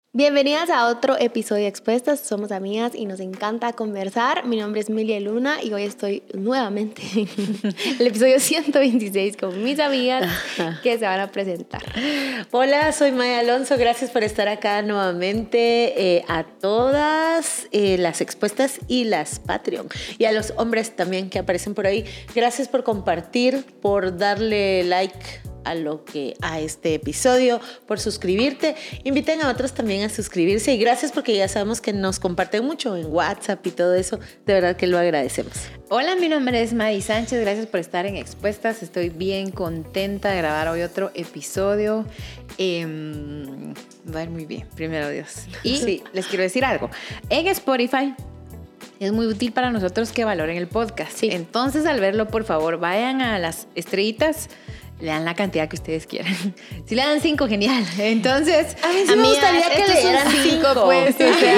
Bienvenidas a otro episodio de Expuestas. Somos amigas y nos encanta conversar. Mi nombre es Milia Luna y hoy estoy nuevamente en el episodio 126 con mis amigas que se van a presentar. Hola, soy Maya Alonso. Gracias por estar acá nuevamente. A todas las Expuestas y las Patreon. Y a los hombres también que aparecen por ahí. Gracias por compartir, por darle like a este episodio, por suscribirte. Inviten a otros también a suscribirse y gracias porque ya sabemos que nos comparten mucho en WhatsApp y todo eso. De verdad que lo agradecemos. Hola, mi nombre es Madi Sánchez. Gracias por estar en Expuestas. Estoy bien contenta de grabar hoy otro episodio. Va a ir muy bien, primero Dios. Y sí, les quiero decir algo. En Spotify es muy útil para nosotros que valoren el podcast. Sí. Entonces, al verlo, por favor, vayan a las estrellitas. Le dan la cantidad que ustedes quieran. Si le dan 5, genial. Entonces, a mí sí me gustaría que le dieran 5, pues.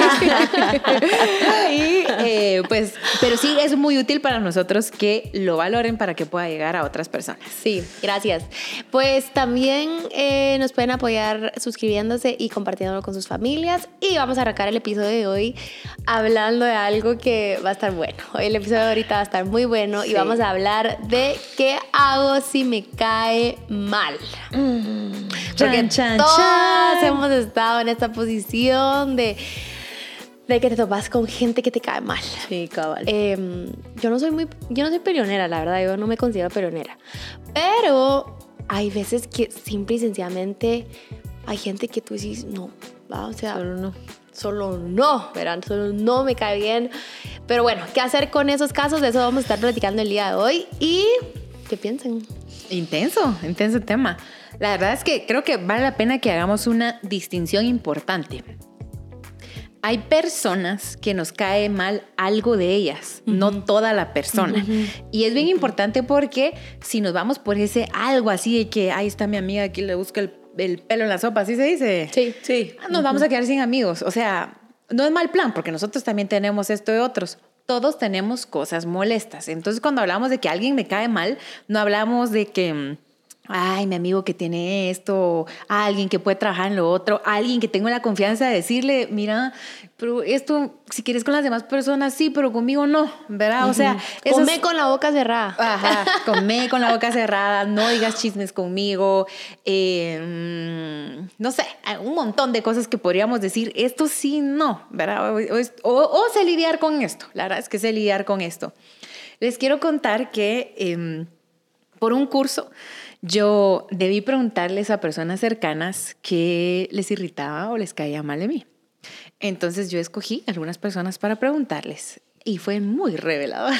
Pues, pero sí es muy útil para nosotros que lo valoren para que pueda llegar a otras personas. Sí, gracias. Pues también nos pueden apoyar suscribiéndose y compartiéndolo con sus familias. Y vamos a arrancar el episodio de hoy hablando de algo que va a estar bueno. Hoy el episodio de ahorita va a estar muy bueno y vamos a hablar de qué hago si me cae mal. Porque todas hemos estado en esta posición de que te topas con gente que te cae mal. Sí, cabal. Yo no soy peleonera, la verdad. Yo no me considero peleonera. Pero hay veces que simple y sencillamente hay gente que tú dices, no, ¿va? O sea, solo no, verán, solo no me cae bien. Pero bueno, ¿qué hacer con esos casos? De eso vamos a estar platicando el día de hoy. ¿Y qué piensan? Intenso tema. La verdad es que creo que vale la pena que hagamos una distinción importante. Hay personas que nos cae mal algo de ellas, no toda la persona. Y es bien importante porque si nos vamos por ese algo así de que ahí está mi amiga, aquí le busca el pelo en la sopa, ¿así se dice? Sí. Nos vamos a quedar sin amigos. O sea, no es mal plan porque nosotros también tenemos esto de otros. Todos tenemos cosas molestas. Entonces, cuando hablamos de que alguien me cae mal, no hablamos de que, ay, mi amigo que tiene esto, alguien que puede trabajar en lo otro, alguien que tengo la confianza de decirle, mira, pero esto, si quieres con las demás personas, sí, pero conmigo no, ¿verdad? O sea, come con la boca cerrada. Ajá, come con la boca cerrada, no digas chismes conmigo, no sé, un montón de cosas que podríamos decir, esto sí, no, ¿verdad? O sé lidiar con esto, la verdad es que sé lidiar con esto. Les quiero contar que por un curso yo debí preguntarles a personas cercanas qué les irritaba o les caía mal de mí. Entonces yo escogí algunas personas para preguntarles y fue muy revelador.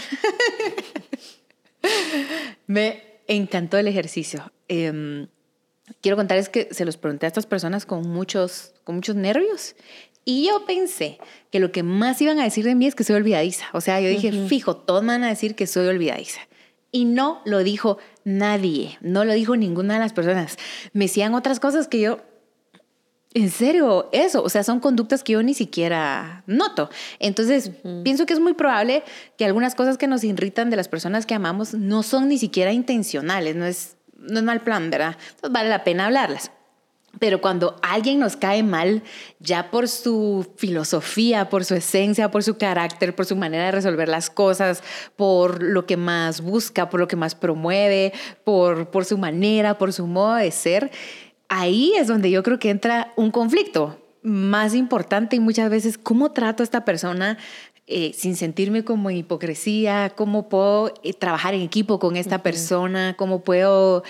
Me encantó el ejercicio. Quiero contarles que se los pregunté a estas personas con muchos nervios y yo pensé que lo que más iban a decir de mí es que soy olvidadiza. O sea, yo dije, fijo, todos me van a decir que soy olvidadiza. Y no lo dijo nadie, no lo dijo ninguna de las personas. Me decían otras cosas que yo, en serio, eso, o sea, son conductas que yo ni siquiera noto. Entonces, pienso que es muy probable que algunas cosas que nos irritan de las personas que amamos no son ni siquiera intencionales, no es mal plan, ¿verdad? Entonces vale la pena hablarlas. Pero cuando alguien nos cae mal, ya por su filosofía, por su esencia, por su carácter, por su manera de resolver las cosas, por lo que más busca, por lo que más promueve, por su manera, por su modo de ser, ahí es donde yo creo que entra un conflicto más importante y muchas veces cómo trato a esta persona sin sentirme como en hipocresía, cómo puedo trabajar en equipo con esta persona, cómo puedo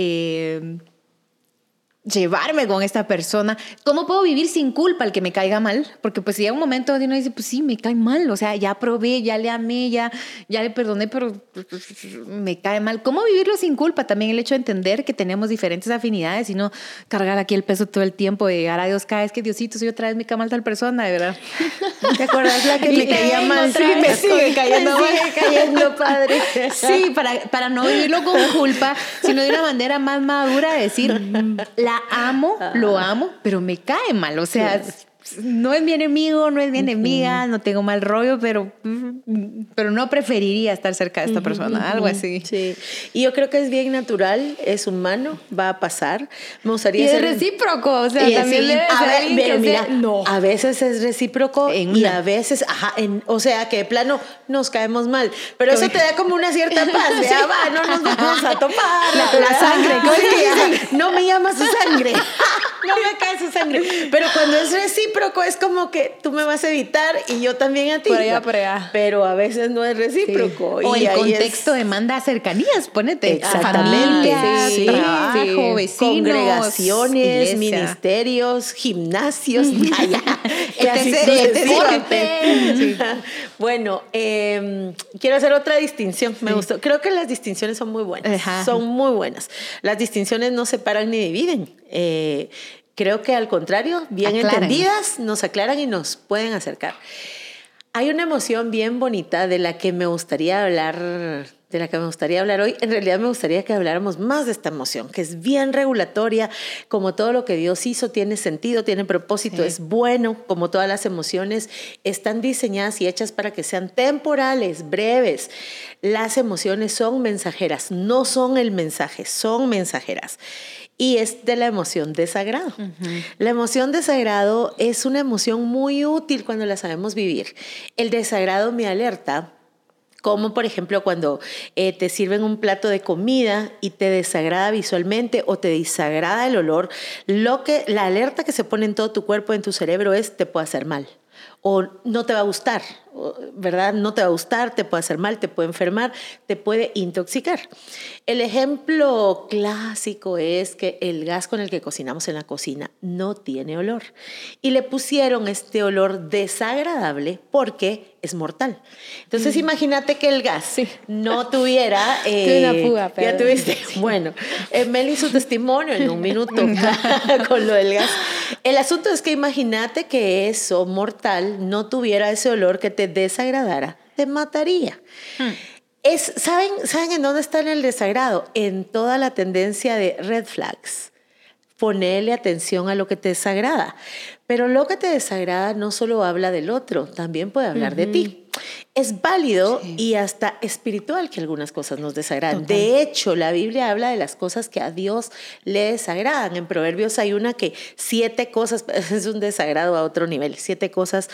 llevarme con esta persona, cómo puedo vivir sin culpa al que me caiga mal, porque pues si llega un momento donde uno dice, pues sí, me cae mal, o sea, ya probé, ya le amé, ya le perdoné, pero me cae mal. ¿Cómo vivirlo sin culpa? También el hecho de entender que tenemos diferentes afinidades y no cargar aquí el peso todo el tiempo de llegar a Dios cada vez que Diosito, si otra vez me cae mal tal persona, de verdad. ¿Te acuerdas la que me caía mal? Sí, me sigue cayendo mal. Me sigue cayendo, padre. Sí, para no vivirlo con culpa, sino de una manera más madura de decir, la amo, lo amo, pero me cae mal. O sea, no es mi enemigo, no es mi enemiga, no tengo mal rollo, pero no preferiría estar cerca de esta persona, algo así. Sí, y yo creo que es bien natural, es humano, va a pasar. Me gustaría Y es ser recíproco, o sea, y también debe ser alguien pero que mira, sea... No. a veces es recíproco En y una. a veces, o sea, que de plano nos caemos mal, pero eso te da como una cierta paz, de, va, no nos vamos a topar. La sangre, ajá, sí, no me llama su sangre. No me cae su sangre. Pero cuando es recíproco es como que tú me vas a evitar y yo también a ti. Por allá. Pero a veces no es recíproco. Sí. O y el ahí contexto demanda cercanías, ponete. Exactamente. Familias, Sí, trabajo, vecinos, congregaciones, iglesia. ministerios, gimnasios. Sí. Bueno, quiero hacer otra distinción. Me gustó. Creo que las distinciones son muy buenas. Ajá. Son muy buenas. Las distinciones no separan ni dividen. Creo que al contrario, bien Aclaran. entendidas, nos aclaran y nos pueden acercar. Hay una emoción bien bonita de la que me gustaría hablar hoy. En realidad me gustaría que habláramos más de esta emoción, que es bien regulatoria, como todo lo que Dios hizo, tiene sentido, tiene propósito, es bueno, como todas las emociones, están diseñadas y hechas para que sean temporales, breves. Las emociones son mensajeras, no son el mensaje, son mensajeras. Y es de la emoción desagrado. La emoción desagrado es una emoción muy útil cuando la sabemos vivir. El desagrado me alerta, como por ejemplo cuando te sirven un plato de comida y te desagrada visualmente o te desagrada el olor, la alerta que se pone en todo tu cuerpo, en tu cerebro, es te puede hacer mal. O no te va a gustar, ¿verdad? No te va a gustar, te puede hacer mal, te puede enfermar, te puede intoxicar. El ejemplo clásico es que el gas con el que cocinamos en la cocina no tiene olor. Y le pusieron este olor desagradable porque es mortal. Entonces imagínate que el gas no tuviera... Tuve una fuga, pero... Ya tuviste. Bueno, Meli su testimonio en un minuto con lo del gas. El asunto es que imagínate que eso mortal no tuviera ese olor que te desagradara, te mataría. ¿Saben en dónde está el desagrado? En toda la tendencia de red flags. Ponele atención a lo que te desagrada. Pero lo que te desagrada no solo habla del otro, también puede hablar de ti. Es válido y hasta espiritual que algunas cosas nos desagradan. Total. De hecho, la Biblia habla de las cosas que a Dios le desagradan. En Proverbios hay una que 7 cosas, es un desagrado a otro nivel, 7 cosas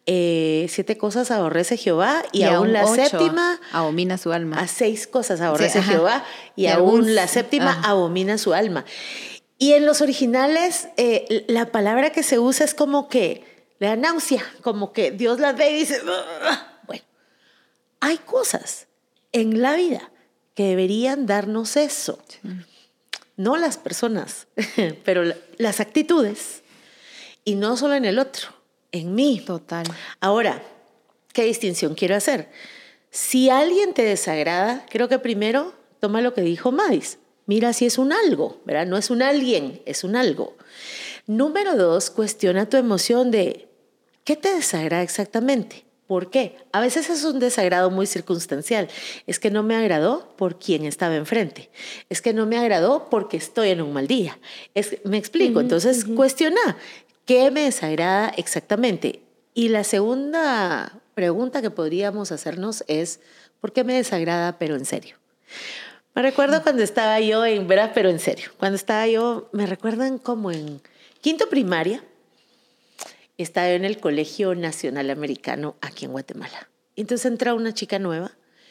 aborrece Jehová y aún la 8 séptima abomina su alma. A 6 cosas aborrece Sí, Jehová y aún la séptima abomina su alma. Y en los originales, la palabra que se usa es como que le da náusea, como que Dios las ve y dice, ugh. Bueno, hay cosas en la vida que deberían darnos eso. Sí. No las personas, pero las actitudes. Y no solo en el otro, en mí. Total. Ahora, ¿qué distinción quiero hacer? Si alguien te desagrada, creo que primero toma lo que dijo Madis. Mira si es un algo, ¿verdad? No es un alguien, es un algo. Número 2, cuestiona tu emoción de ¿qué te desagrada exactamente? ¿Por qué? A veces es un desagrado muy circunstancial. Es que no me agradó por quien estaba enfrente. Es que no me agradó porque estoy en un mal día. ¿Me explico? Entonces, cuestiona ¿qué me desagrada exactamente? Y la segunda pregunta que podríamos hacernos es ¿por qué me desagrada pero en serio? Me recuerdo cuando estaba yo pero en serio, me recuerdan como en quinto primaria, estaba yo en el Colegio Nacional Americano aquí en Guatemala. Entonces entra una chica nueva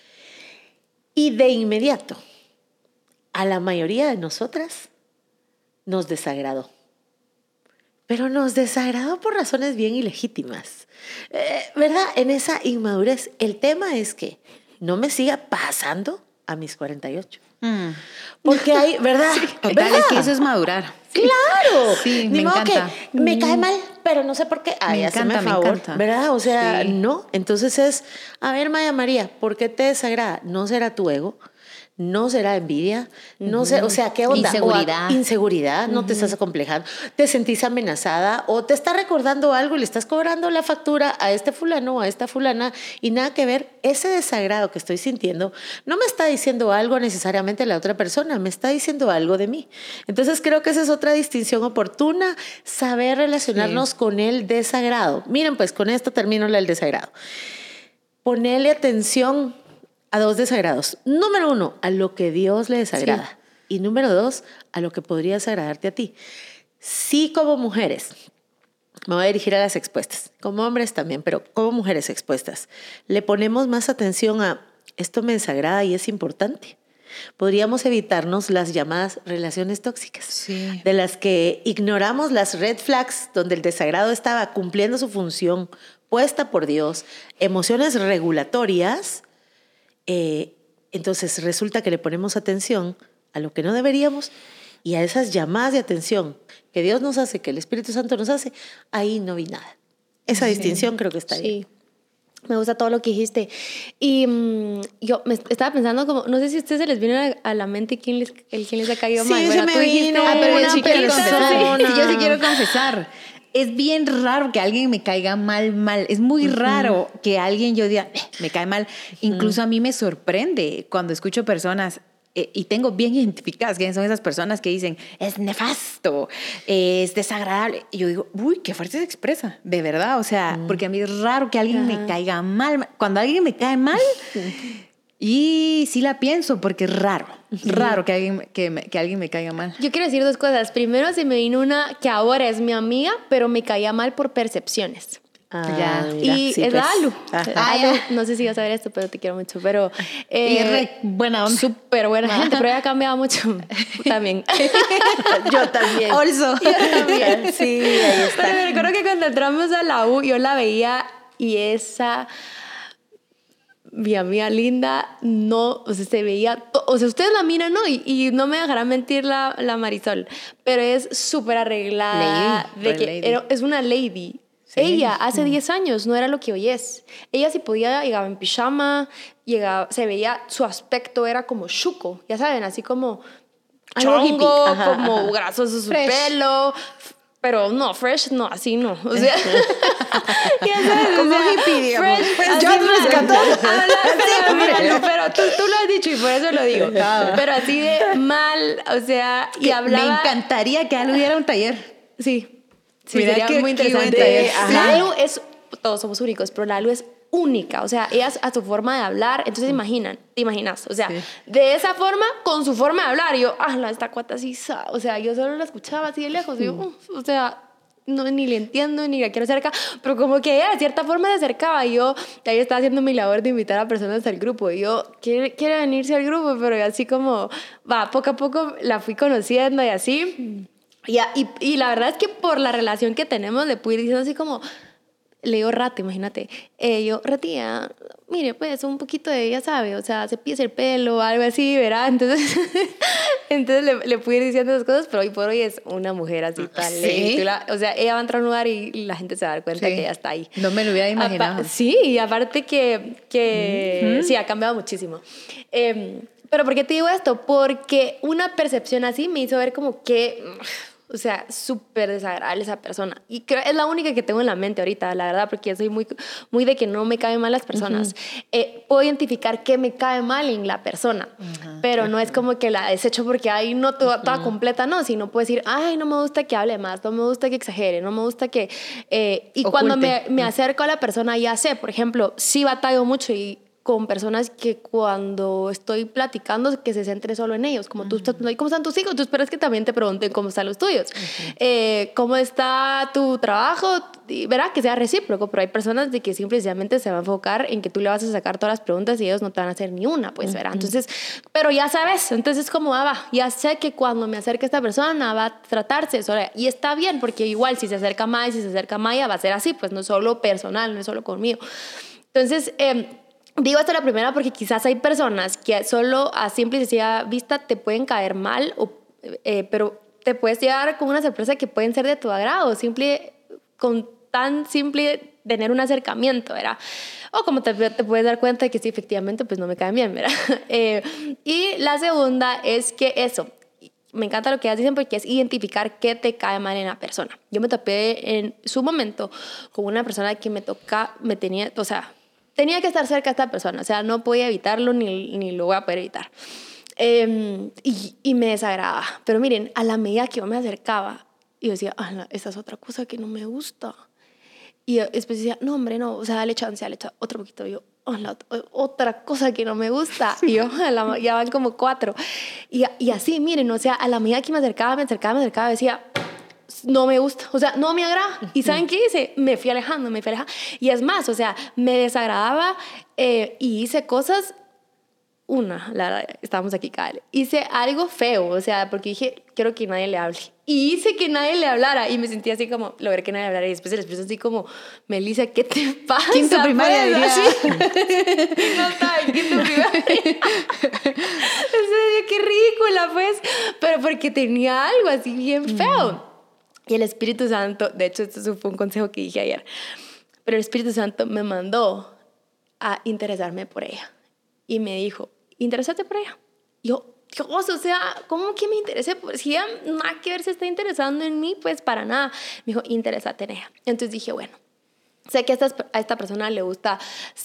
y de inmediato a la mayoría de nosotras nos desagradó. Pero nos desagradó por razones bien ilegítimas, ¿verdad? En esa inmadurez. El tema es que no me siga pasando a mis 48. Porque hay, ¿verdad? Sí, total, ¿verdad? es que eso es madurar. ¡Claro! Sí, Ni me modo encanta. que me cae mal, pero no sé por qué. Ay, hazme favor, ¿verdad? O sea, sí. no. Entonces es, a ver, Maya María, ¿por qué te desagrada? ¿No será tu ego? ¿No será envidia? No sé, o sea, ¿qué onda? Inseguridad. Inseguridad, no te estás acomplejando, te sentís amenazada o te está recordando algo y le estás cobrando la factura a este fulano o a esta fulana y nada que ver. Ese desagrado que estoy sintiendo no me está diciendo algo necesariamente la otra persona, me está diciendo algo de mí. Entonces creo que esa es otra distinción oportuna, saber relacionarnos con el desagrado. Miren, pues con esto termino el desagrado. Ponerle atención a 2 desagrados. Número 1, a lo que Dios le desagrada. Sí. Y número 2, a lo que podría desagradarte a ti. Sí, como mujeres, me voy a dirigir a las expuestas, como hombres también, pero como mujeres expuestas, le ponemos más atención a esto me desagrada y es importante. Podríamos evitarnos las llamadas relaciones tóxicas, de las que ignoramos las red flags, donde el desagrado estaba cumpliendo su función puesta por Dios, emociones regulatorias. Entonces resulta que le ponemos atención a lo que no deberíamos y a esas llamadas de atención que Dios nos hace, que el Espíritu Santo nos hace, ahí no vi nada. Esa distinción creo que está bien. Me gusta todo lo que dijiste. Y yo me estaba pensando como, no sé si a ustedes se les viene a la mente quién les ha caído mal. Bueno, tú dijiste pero yo sí quiero confesar. Sí, yo sí quiero confesar. Es bien raro que alguien me caiga mal. Es muy raro que alguien yo diga, me cae mal. Incluso a mí me sorprende cuando escucho personas, y tengo bien identificadas quiénes son esas personas que dicen, es nefasto, es desagradable. Y yo digo, uy, qué fuerte se expresa, de verdad. O sea, porque a mí es raro que alguien me caiga mal. Cuando alguien me cae mal, y sí la pienso, porque es raro que alguien me caiga mal. Yo quiero decir 2 cosas. Primero, se me vino una que ahora es mi amiga, pero me caía mal por percepciones. Ya. Y Sí, es pues. Alu. Alu, no sé si vas a ver esto, pero te quiero mucho. Pero, y es re buena onda. Súper buena gente, pero ella ha cambiado mucho también. Yo también. Also. Yo también. Sí, ahí está. Pero me recuerdo que cuando entramos a la U, yo la veía y mi amiga linda, no, o sea, se veía, o sea, ustedes la miran, ¿no? Y no me dejará mentir la Marisol, pero es súper arreglada. Es una lady. Sí. Ella hace 10 años no era lo que hoy es. Ella si podía, llegaba en pijama, se veía, su aspecto era como chuco, ya saben, así como chongo, como grasoso su pelo. Pero no, fresh no, así no. O sea, ya sabes, como hippie, digamos. Fresh, yo rescato. Pero tú lo has dicho y por eso lo digo. Pero así de mal, o sea, y hablaba. Me encantaría que Alu hubiera un taller. Sí, mira, sería muy interesante. La Alu es, todos somos únicos, pero la Alu es única, o sea, ella a su forma de hablar, entonces te imaginas, o sea, de esa forma, con su forma de hablar, y yo, esta cuata así, o sea, yo solo la escuchaba así de lejos, y yo, o sea, no, ni le entiendo, ni la quiero cerca, pero como que ella de cierta forma se acercaba, y yo ahí estaba haciendo mi labor de invitar a personas al grupo, y yo, quiere venirse al grupo, pero así como, poco a poco la fui conociendo y así, y la verdad es que por la relación que tenemos, le pude ir diciendo así como, le digo Rata, imagínate. Yo, Ratía, mire, pues un poquito de, ya sabe, o sea, se piensa el pelo, algo así, ¿verdad? Entonces le pude ir diciendo esas cosas, pero hoy por hoy es una mujer así tan linda. O sea, ella va a entrar a un lugar y la gente se va a dar cuenta que ella está ahí. No me lo hubiera imaginado. Sí, y aparte que sí, ha cambiado muchísimo. Pero ¿por qué te digo esto? Porque una percepción así me hizo ver como que... O sea, súper desagradable esa persona. Y creo es la única que tengo en la mente ahorita, la verdad, porque yo soy muy de que no me caen mal las personas. Puedo identificar qué me cae mal en la persona, pero no es como que la desecho porque ahí no toda completa, no, sino puedo decir, no me gusta que hable más, no me gusta que exagere, no me gusta que... y oculte. Cuando me acerco a la persona ya sé, por ejemplo, sí batallo mucho y con personas que cuando estoy platicando que se centre solo en ellos, como tú estás, ¿cómo están tus hijos? Tú esperas que también te pregunten cómo están los tuyos. ¿Cómo está tu trabajo? Verá que sea recíproco, pero hay personas de que simplemente se va a enfocar en que tú le vas a sacar todas las preguntas y ellos no te van a hacer ni una, pues, verá. Entonces, pero ya sabes, entonces como, ya sé que cuando me acerque esta persona va a tratarse eso. Y está bien, porque igual si se acerca Maya, si se acerca Maya, va a ser así, pues no es solo personal, no es solo conmigo. Entonces, digo esto la primera porque quizás hay personas que solo a simple y sencilla vista te pueden caer mal, pero te puedes llegar con una sorpresa que pueden ser de tu agrado, simple con tan simple tener un acercamiento, ¿verdad? O como te puedes dar cuenta de que sí, efectivamente, pues no me caen bien, ¿verdad? Y la segunda es que eso, me encanta lo que ellas dicen porque es identificar qué te cae mal en la persona. Yo me topé en su momento con una persona que tenía que estar cerca de esta persona, o sea, no podía evitarlo ni lo voy a poder evitar. Y me desagradaba. Pero miren, a la medida que yo me acercaba, yo decía, esta es otra cosa que no me gusta. Y después decía, no, hombre, no, o sea, dale chance, otro poquito. Y yo, otra cosa que no me gusta. Y yo, ya van como 4. Y así, miren, o sea, a la medida que me acercaba, decía, no me gusta, o sea, no me agrada. ¿Y saben qué hice? Me fui alejando. Y es más, o sea, me desagradaba y hice cosas. La verdad, estábamos aquí, Kyle. Hice algo feo, o sea, porque dije, quiero que nadie le hable. Y hice que nadie le hablara. Y me sentí así como, logré que nadie le hablara. Y después el expreso así como, Melissa, ¿qué te pasa? Quinto primaria, pues? diría. No estaba en quinto primaria. Qué ridícula, pues. Pero porque tenía algo así bien feo. Y el Espíritu Santo, de hecho, esto fue un consejo que dije ayer, pero el Espíritu Santo me mandó a interesarme por ella. Y me dijo, interésate por ella. Yo, Dios, o sea, ¿cómo que me interesé? Si ella nada que ver se está interesando en mí, pues para nada. Me dijo, interésate en ella. Entonces dije, bueno, sé que a esta persona le gusta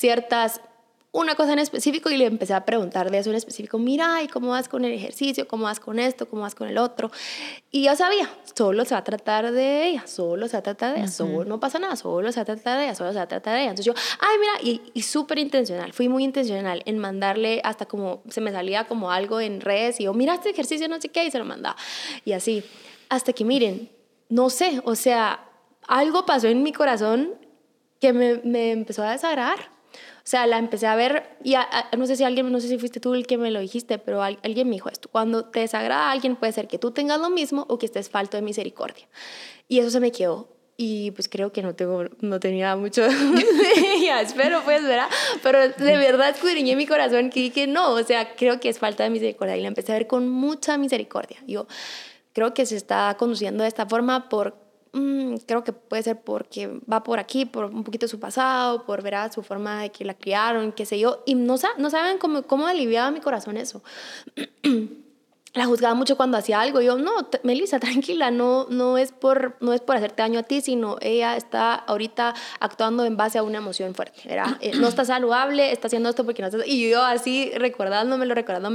una cosa en específico y le empecé a preguntar de eso en específico. Mira, ¿y cómo vas con el ejercicio? ¿Cómo vas con esto? ¿Cómo vas con el otro? Y yo sabía, solo se va a tratar de ella, solo no pasa nada, solo se va a tratar de ella, solo se va a tratar de ella. Entonces yo, mira, y súper intencional, fui muy intencional en mandarle hasta como, se me salía como algo en redes y yo, mira este ejercicio, no sé qué, y se lo mandaba. Y así, hasta que miren, no sé, o sea, algo pasó en mi corazón que me empezó a desagradar. O sea, la empecé a ver y no sé si fuiste tú el que me lo dijiste, pero alguien me dijo esto. Cuando te desagrada a alguien puede ser que tú tengas lo mismo o que estés falto de misericordia. Y eso se me quedó. Y pues creo que no tenía mucho de ella, espero pues, ¿verdad? Pero de verdad escudriñé mi corazón que dije no, o sea, creo que es falta de misericordia. Y la empecé a ver con mucha misericordia. Yo creo que se está conduciendo de esta forma creo que puede ser porque va por aquí, por un poquito su pasado, por ver su forma de que la criaron, qué sé yo, y no saben cómo aliviaba mi corazón eso. La juzgaba mucho cuando hacía algo. Yo, no, Melissa, tranquila, no es por hacerte daño a ti, sino ella está ahorita actuando en base a una emoción fuerte, ¿verdad? No está saludable, está haciendo esto porque no está... Y yo así recordándomelo.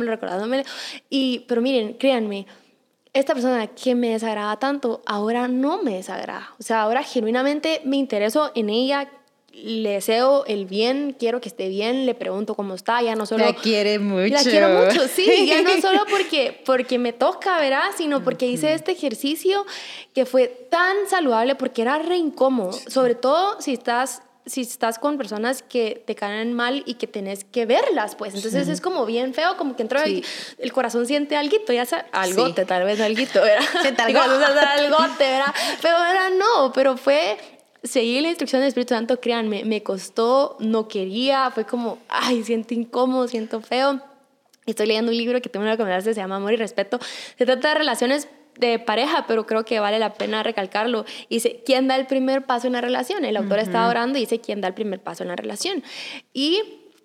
Pero miren, créanme, esta persona que me desagrada tanto, ahora no me desagrada. O sea, ahora genuinamente me intereso en ella, le deseo el bien, quiero que esté bien, le pregunto cómo está, ya no solo... La quiere mucho. La quiero mucho, sí, ya no solo porque me toca, ¿verdad? Sino porque hice este ejercicio que fue tan saludable, porque era re incómodo, sobre todo si estás con personas que te caen mal y que tenés que verlas, pues. Entonces es como bien feo, como que entró el corazón siente alguito, ya sabes, algote, tal vez alguito, ¿verdad? Algote, ¿verdad? Pero ahora no, pero fue seguir la instrucción del Espíritu Santo, créanme, me costó, no quería, fue como, siento incómodo, siento feo. Estoy leyendo un libro que tú me lo recomendaste, se llama Amor y Respeto. Se trata de relaciones de pareja, pero creo que vale la pena recalcarlo. Dice, ¿quién da el primer paso en la relación? El autor está orando y dice, ¿quién da el primer paso en la relación? Y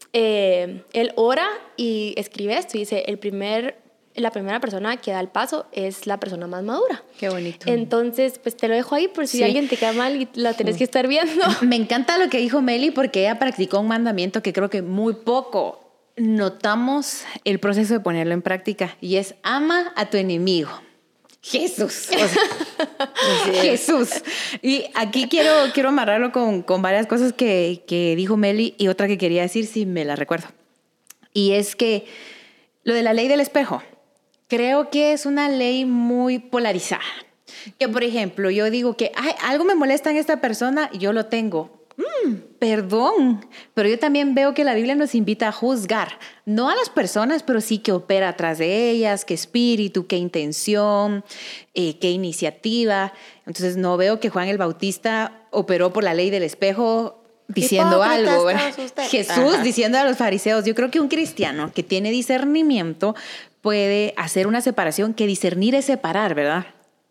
él ora y escribe esto y dice, la primera persona que da el paso es la persona más madura. Qué bonito. Entonces, pues te lo dejo ahí por si alguien te queda mal y la tenés que estar viendo. Me encanta lo que dijo Meli porque ella practicó un mandamiento que creo que muy poco notamos el proceso de ponerlo en práctica y es ama a tu enemigo. Jesús. Jesús. Y aquí quiero amarrarlo con varias cosas que dijo Meli y otra que quería decir si me la recuerdo. Y es que lo de la ley del espejo, creo que es una ley muy polarizada. Que, por ejemplo, yo digo que algo me molesta en esta persona y yo lo tengo. Perdón, pero yo también veo que la Biblia nos invita a juzgar, no a las personas, pero sí que opera atrás de ellas, qué espíritu, qué intención, qué iniciativa. Entonces no veo que Juan el Bautista operó por la ley del espejo diciendo algo, ¿verdad? Jesús diciendo a los fariseos. Yo creo que un cristiano que tiene discernimiento puede hacer una separación, que discernir es separar, ¿verdad?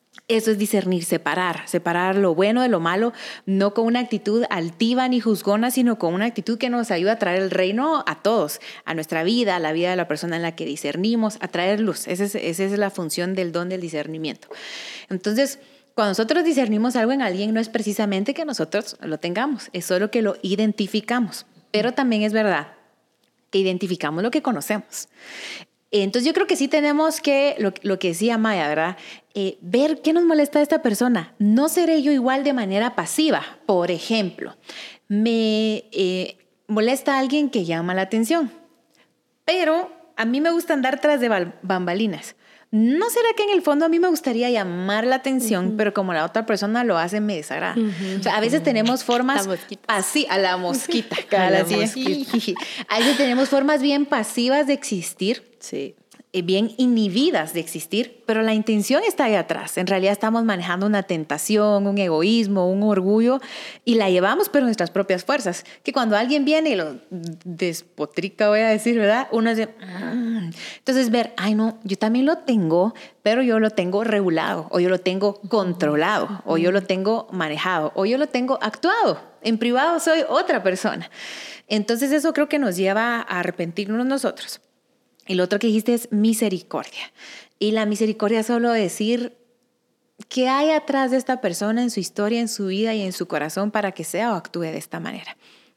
Eso es discernir, separar lo bueno de lo malo, no con una actitud altiva ni juzgona, sino con una actitud que nos ayuda a traer el reino a todos, a nuestra vida, a la vida de la persona en la que discernimos, a traer luz. Esa es la función del don del discernimiento. Entonces, cuando nosotros discernimos algo en alguien, no es precisamente que nosotros lo tengamos, es solo que lo identificamos. Pero también es verdad que identificamos lo que conocemos. Entonces yo creo que sí tenemos que, lo que decía Maya, ¿verdad? Ver qué nos molesta de esta persona. No seré yo igual de manera pasiva. Por ejemplo, me molesta a alguien que llama la atención, pero a mí me gusta andar tras de bambalinas. ¿No será que en el fondo a mí me gustaría llamar la atención, pero como la otra persona lo hace, me desagrada? O sea, a veces tenemos formas así, a la mosquita. A veces tenemos formas bien pasivas de existir. Sí. Bien inhibidas de existir, pero la intención está ahí atrás. En realidad estamos manejando una tentación, un egoísmo, un orgullo y la llevamos, pero nuestras propias fuerzas. Que cuando alguien viene y lo despotrica, voy a decir, ¿verdad? Uno dice, entonces ver, ay no, yo también lo tengo, pero yo lo tengo regulado, o yo lo tengo controlado, o yo lo tengo manejado, o yo lo tengo actuado. En privado soy otra persona. Entonces eso creo que nos lleva a arrepentirnos nosotros. Y lo otro que dijiste es misericordia. Y la misericordia es solo decir qué hay atrás de esta persona en su historia, en su vida y en su corazón para que sea o actúe de esta manera.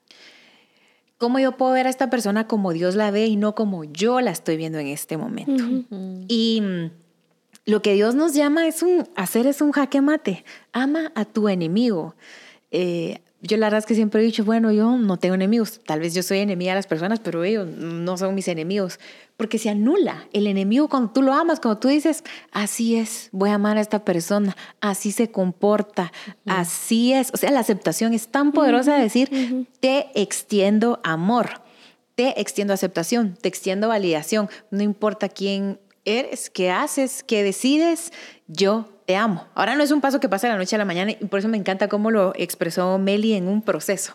¿Cómo yo puedo ver a esta persona como Dios la ve y no como yo la estoy viendo en este momento? Y lo que Dios nos llama es hacer un jaque mate. Ama a tu enemigo. Yo la verdad es que siempre he dicho, bueno, yo no tengo enemigos. Tal vez yo soy enemiga de las personas, pero ellos no son mis enemigos. Porque se anula el enemigo cuando tú lo amas, cuando tú dices, así es, voy a amar a esta persona, así se comporta, así es. O sea, la aceptación es tan poderosa de decir, te extiendo amor, te extiendo aceptación, te extiendo validación. No importa quién eres, qué haces, qué decides, yo te amo. Ahora no es un paso que pasa de la noche a la mañana y por eso me encanta cómo lo expresó Meli en un proceso.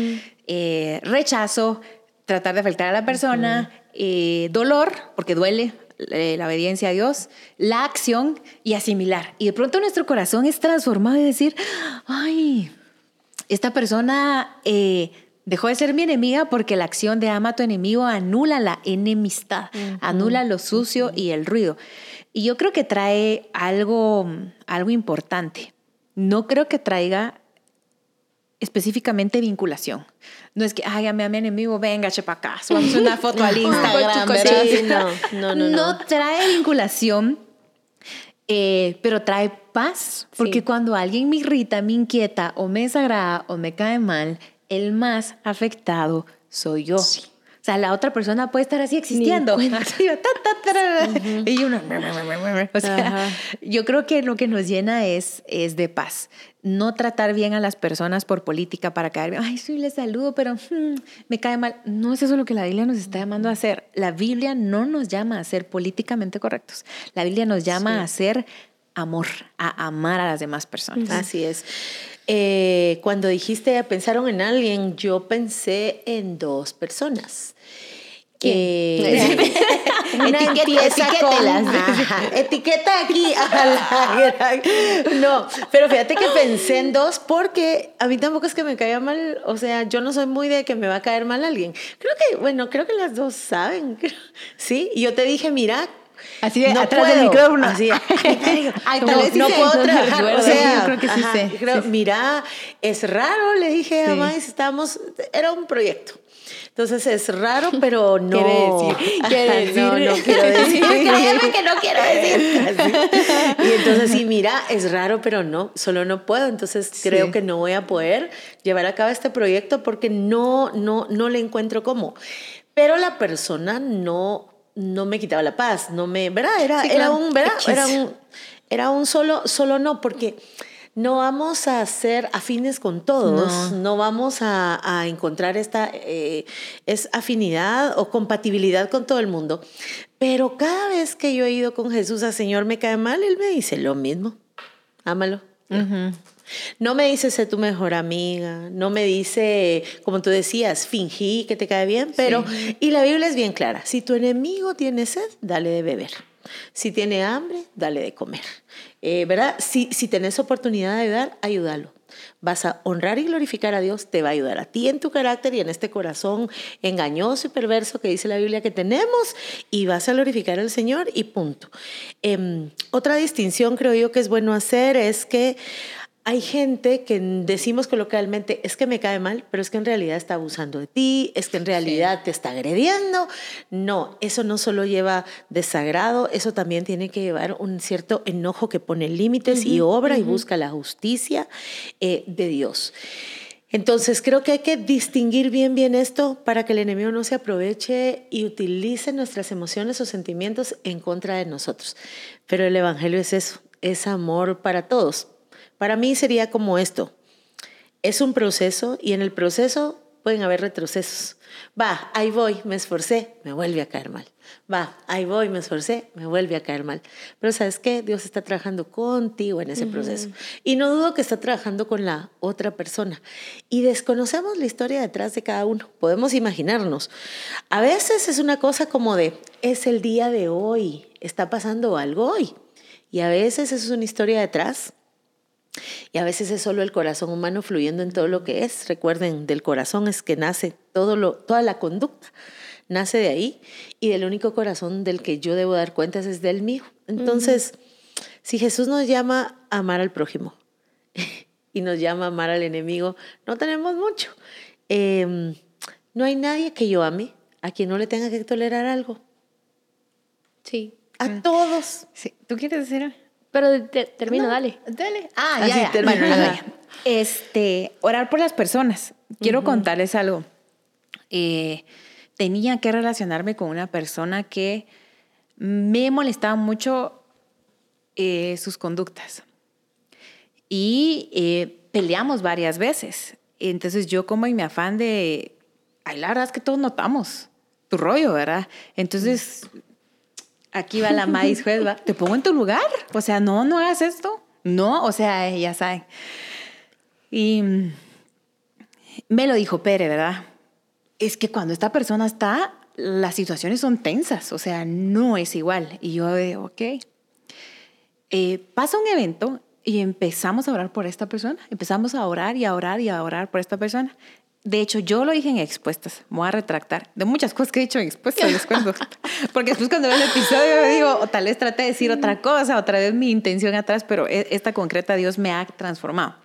Rechazo, tratar de afectar a la persona, dolor, porque duele la obediencia a Dios, la acción y asimilar. Y de pronto nuestro corazón es transformado y decir, ay, esta persona dejó de ser mi enemiga porque la acción de ama a tu enemigo anula la enemistad, anula lo sucio y el ruido. Y yo creo que trae algo importante. No creo que traiga específicamente vinculación. No es que, ay, amé a mi enemigo, venga, chepa acá, subamos una foto al Instagram, ¿verdad? Sí, no trae vinculación, pero trae paz. Porque cuando alguien me irrita, me inquieta, o me desagrada, o me cae mal, el más afectado soy yo. Sí. O sea, la otra persona puede estar así existiendo. Así, y uno... O sea, yo creo que lo que nos llena es de paz. No tratar bien a las personas por política para caer bien. Ay, sí, les saludo, pero me cae mal. No es eso lo que la Biblia nos está llamando a hacer. La Biblia no nos llama a ser políticamente correctos. La Biblia nos llama a hacer amor, a amar a las demás personas. Así es. Cuando dijiste, pensaron en alguien, yo pensé en dos personas. Una empieza con etiqueta aquí. No, pero fíjate que pensé en dos porque a mí tampoco es que me caiga mal. O sea, yo no soy muy de que me va a caer mal alguien. Creo que las dos saben. Sí, y yo te dije, mira, así de no atrás del micrófono. Así, no puedo trabajar. O sea, yo creo que sí sé. Mira, es raro, le dije a Maíz, era un proyecto. Entonces es raro, pero no. Quiere decir. No quiero decir. Créeme que no quiero decir. Y entonces sí, mira, es raro, pero no, solo no puedo. Entonces creo que no voy a poder llevar a cabo este proyecto porque no le encuentro cómo. Pero la persona no me quitaba la paz, ¿verdad? Era un solo no, porque no vamos a ser afines con todos, no vamos a encontrar esta afinidad o compatibilidad con todo el mundo. Pero cada vez que yo he ido con Jesús al Señor me cae mal, Él me dice lo mismo, ámalo. No me dice, sé tu mejor amiga, no me dice, como tú decías, fingí que te cae bien, pero, y la Biblia es bien clara, si tu enemigo tiene sed, dale de beber. Si tiene hambre, dale de comer. ¿verdad? Si tenés oportunidad de ayudar, ayúdalo. Vas a honrar y glorificar a Dios, te va a ayudar a ti en tu carácter y en este corazón engañoso y perverso que dice la Biblia que tenemos, y vas a glorificar al Señor y punto. Otra distinción creo yo que es bueno hacer es que hay gente que decimos coloquialmente, es que me cae mal, pero es que en realidad está abusando de ti, es que en realidad te está agrediendo. No, eso no solo lleva desagrado, eso también tiene que llevar un cierto enojo que pone límites y obra y busca la justicia de Dios. Entonces creo que hay que distinguir bien esto para que el enemigo no se aproveche y utilice nuestras emociones o sentimientos en contra de nosotros. Pero el evangelio es eso, es amor para todos. Para mí sería como esto, es un proceso y en el proceso pueden haber retrocesos. Va, ahí voy, me esforcé, me vuelve a caer mal. Va, ahí voy, me esforcé, me vuelve a caer mal. Pero ¿sabes qué? Dios está trabajando contigo en ese proceso. Y no dudo que está trabajando con la otra persona. Y desconocemos la historia detrás de cada uno. Podemos imaginarnos. A veces es una cosa como de, es el día de hoy, está pasando algo hoy. Y a veces eso es una historia detrás. Y a veces es solo el corazón humano fluyendo en todo lo que es. Recuerden, del corazón es que nace toda la conducta, nace de ahí, y del único corazón del que yo debo dar cuentas es del mío. Entonces, si Jesús nos llama a amar al prójimo y nos llama a amar al enemigo, no tenemos mucho. No hay nadie que yo ame a quien no le tenga que tolerar algo. Sí. A todos. Sí. ¿Tú quieres decir algo? Pero termino, No, dale. Dale. Así Ya. termina. Bueno, le doy. Orar por las personas. Quiero contarles algo. Tenía que relacionarme con una persona que me molestaba mucho sus conductas. Y peleamos varias veces. Entonces yo como en mi afán de... Ay, la verdad es que todos notamos tu rollo, ¿verdad? Entonces... Aquí va la maíz juez, ¿va? Te pongo en tu lugar. O sea, no hagas esto. No, o sea, ya saben. Y me lo dijo Pere, ¿verdad? Es que cuando esta persona está, las situaciones son tensas. O sea, no es igual. Y yo, ok. Pasa un evento y empezamos a orar por esta persona. Empezamos a orar y a orar y a orar por esta persona. De hecho, yo lo dije en Expuestas. Me voy a retractar de muchas cosas que he dicho en Expuestas, les cuento. Porque después cuando veo el episodio me digo, o tal vez traté de decir otra cosa, otra vez mi intención atrás, pero esta concreta Dios me ha transformado.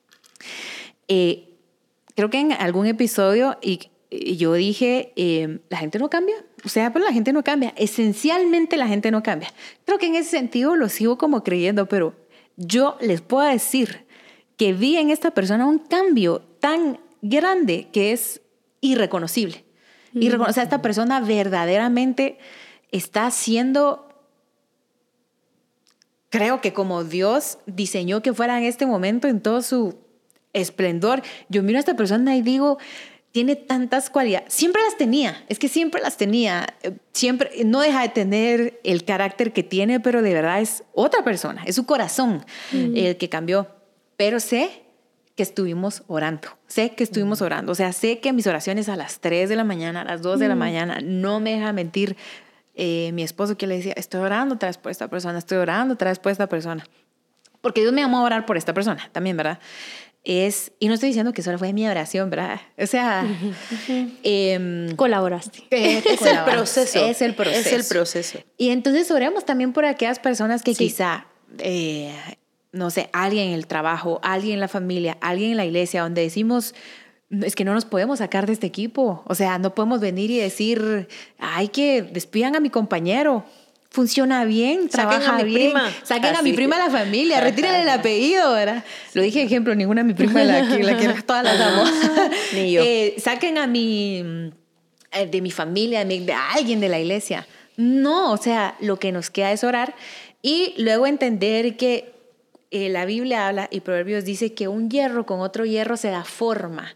Creo que en algún episodio yo dije, la gente no cambia. O sea, pues la gente no cambia. Esencialmente la gente no cambia. Creo que en ese sentido lo sigo como creyendo, pero yo les puedo decir que vi en esta persona un cambio tan grande que es irreconocible. O sea, esta persona verdaderamente está haciendo, creo que como Dios diseñó que fuera en este momento en todo su esplendor. Yo miro a esta persona y digo, tiene tantas cualidades. Siempre las tenía, es que siempre las tenía. Siempre, no deja de tener el carácter que tiene, pero de verdad es otra persona, es su corazón el que cambió. Pero sé que estuvimos orando. O sea, sé que mis oraciones a las 3 de la mañana, a las 2 de la mañana, no me deja mentir mi esposo, que le decía, estoy orando otra vez por esta persona, estoy orando otra vez por esta persona. Porque Dios me llamó a orar por esta persona también, ¿verdad? Y no estoy diciendo que solo fue mi oración, ¿verdad? O sea... Colaboraste. Es el proceso. Es el proceso. Y entonces oremos también por aquellas personas que quizá... no sé, alguien en el trabajo, alguien en la familia, alguien en la iglesia, donde decimos, es que no nos podemos sacar de este equipo. O sea, no podemos venir y decir, ay, que despidan a mi compañero. Funciona bien, trabaja bien. Saquen a mi prima a la familia, retírenle el apellido, ¿verdad? Lo dije ejemplo, ninguna de mi prima la que todas las amo. Ni yo. Saquen a de mi familia, de alguien de la iglesia. No, o sea, lo que nos queda es orar y luego entender que la Biblia habla y Proverbios dice que un hierro con otro hierro se da forma.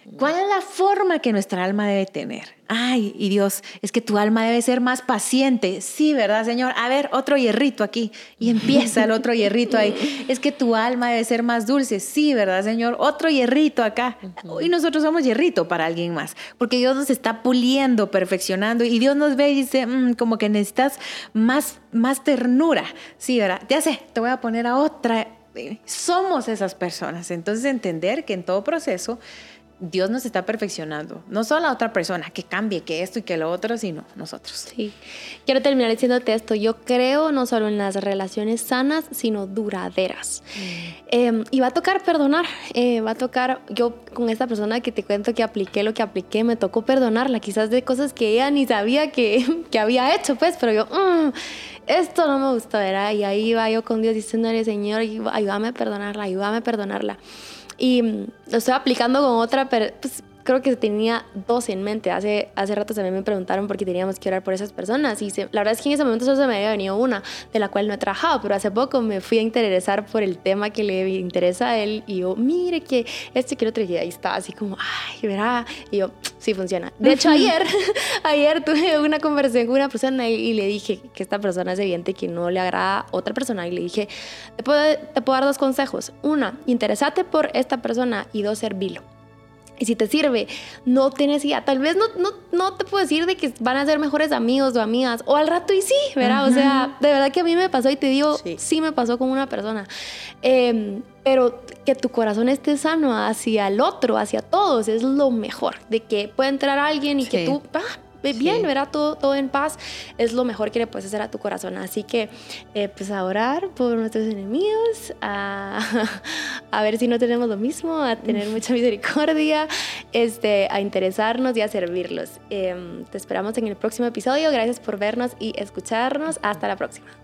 ¿Cuál es la forma que nuestra alma debe tener? Ay, y Dios, es que tu alma debe ser más paciente. Sí, ¿verdad, Señor? A ver, otro hierrito aquí. Y empieza el otro hierrito ahí. Es que tu alma debe ser más dulce. Sí, ¿verdad, Señor? Otro hierrito acá. Y nosotros somos hierrito para alguien más. Porque Dios nos está puliendo, perfeccionando. Y Dios nos ve y dice, como que necesitas más ternura. Sí, ¿verdad? Ya sé, te voy a poner a otra. Somos esas personas. Entonces, entender que en todo proceso Dios nos está perfeccionando. No solo la otra persona que cambie, que esto y que lo otro, sino nosotros. Sí. Quiero terminar diciéndote esto. Yo creo no solo en las relaciones sanas, sino duraderas. Y va a tocar perdonar. Va a tocar, yo con esta persona que te cuento que apliqué lo que apliqué, me tocó perdonarla. Quizás de cosas que ella ni sabía que había hecho, pues, pero yo, esto no me gustó, ¿verdad? Y ahí va yo con Dios diciéndole, Señor, ayúdame a perdonarla, ayúdame a perdonarla. Y lo estoy aplicando con otra, pero pues creo que tenía dos en mente. Hace rato también me preguntaron por qué teníamos que orar por esas personas. Y la verdad es que en ese momento solo se me había venido una, de la cual no he trabajado. Pero hace poco me fui a interesar por el tema que le interesa a él. Y yo, mire que quiero otro. Y ahí estaba así como, ay, verá. Y yo, sí funciona. De hecho, ayer tuve una conversación con una persona y le dije que esta persona es evidente que no le agrada a otra persona. Y le dije, te puedo dar dos consejos. Una, interésate por esta persona. Y dos, servilo. Y si te sirve, no tienes idea. Tal vez no te puedo decir de que van a ser mejores amigos o amigas. O al rato y sí, ¿verdad? O sea, de verdad que a mí me pasó y te digo, sí me pasó con una persona. Pero que tu corazón esté sano hacia el otro, hacia todos, es lo mejor. De que pueda entrar alguien y que tú... bien, ¿verdad? Todo en paz es lo mejor que le puedes hacer a tu corazón. Así que, pues a orar por nuestros enemigos, a ver si no tenemos lo mismo, a tener mucha misericordia, a interesarnos y a servirlos. Te esperamos en el próximo episodio. Gracias por vernos y escucharnos. Hasta la próxima.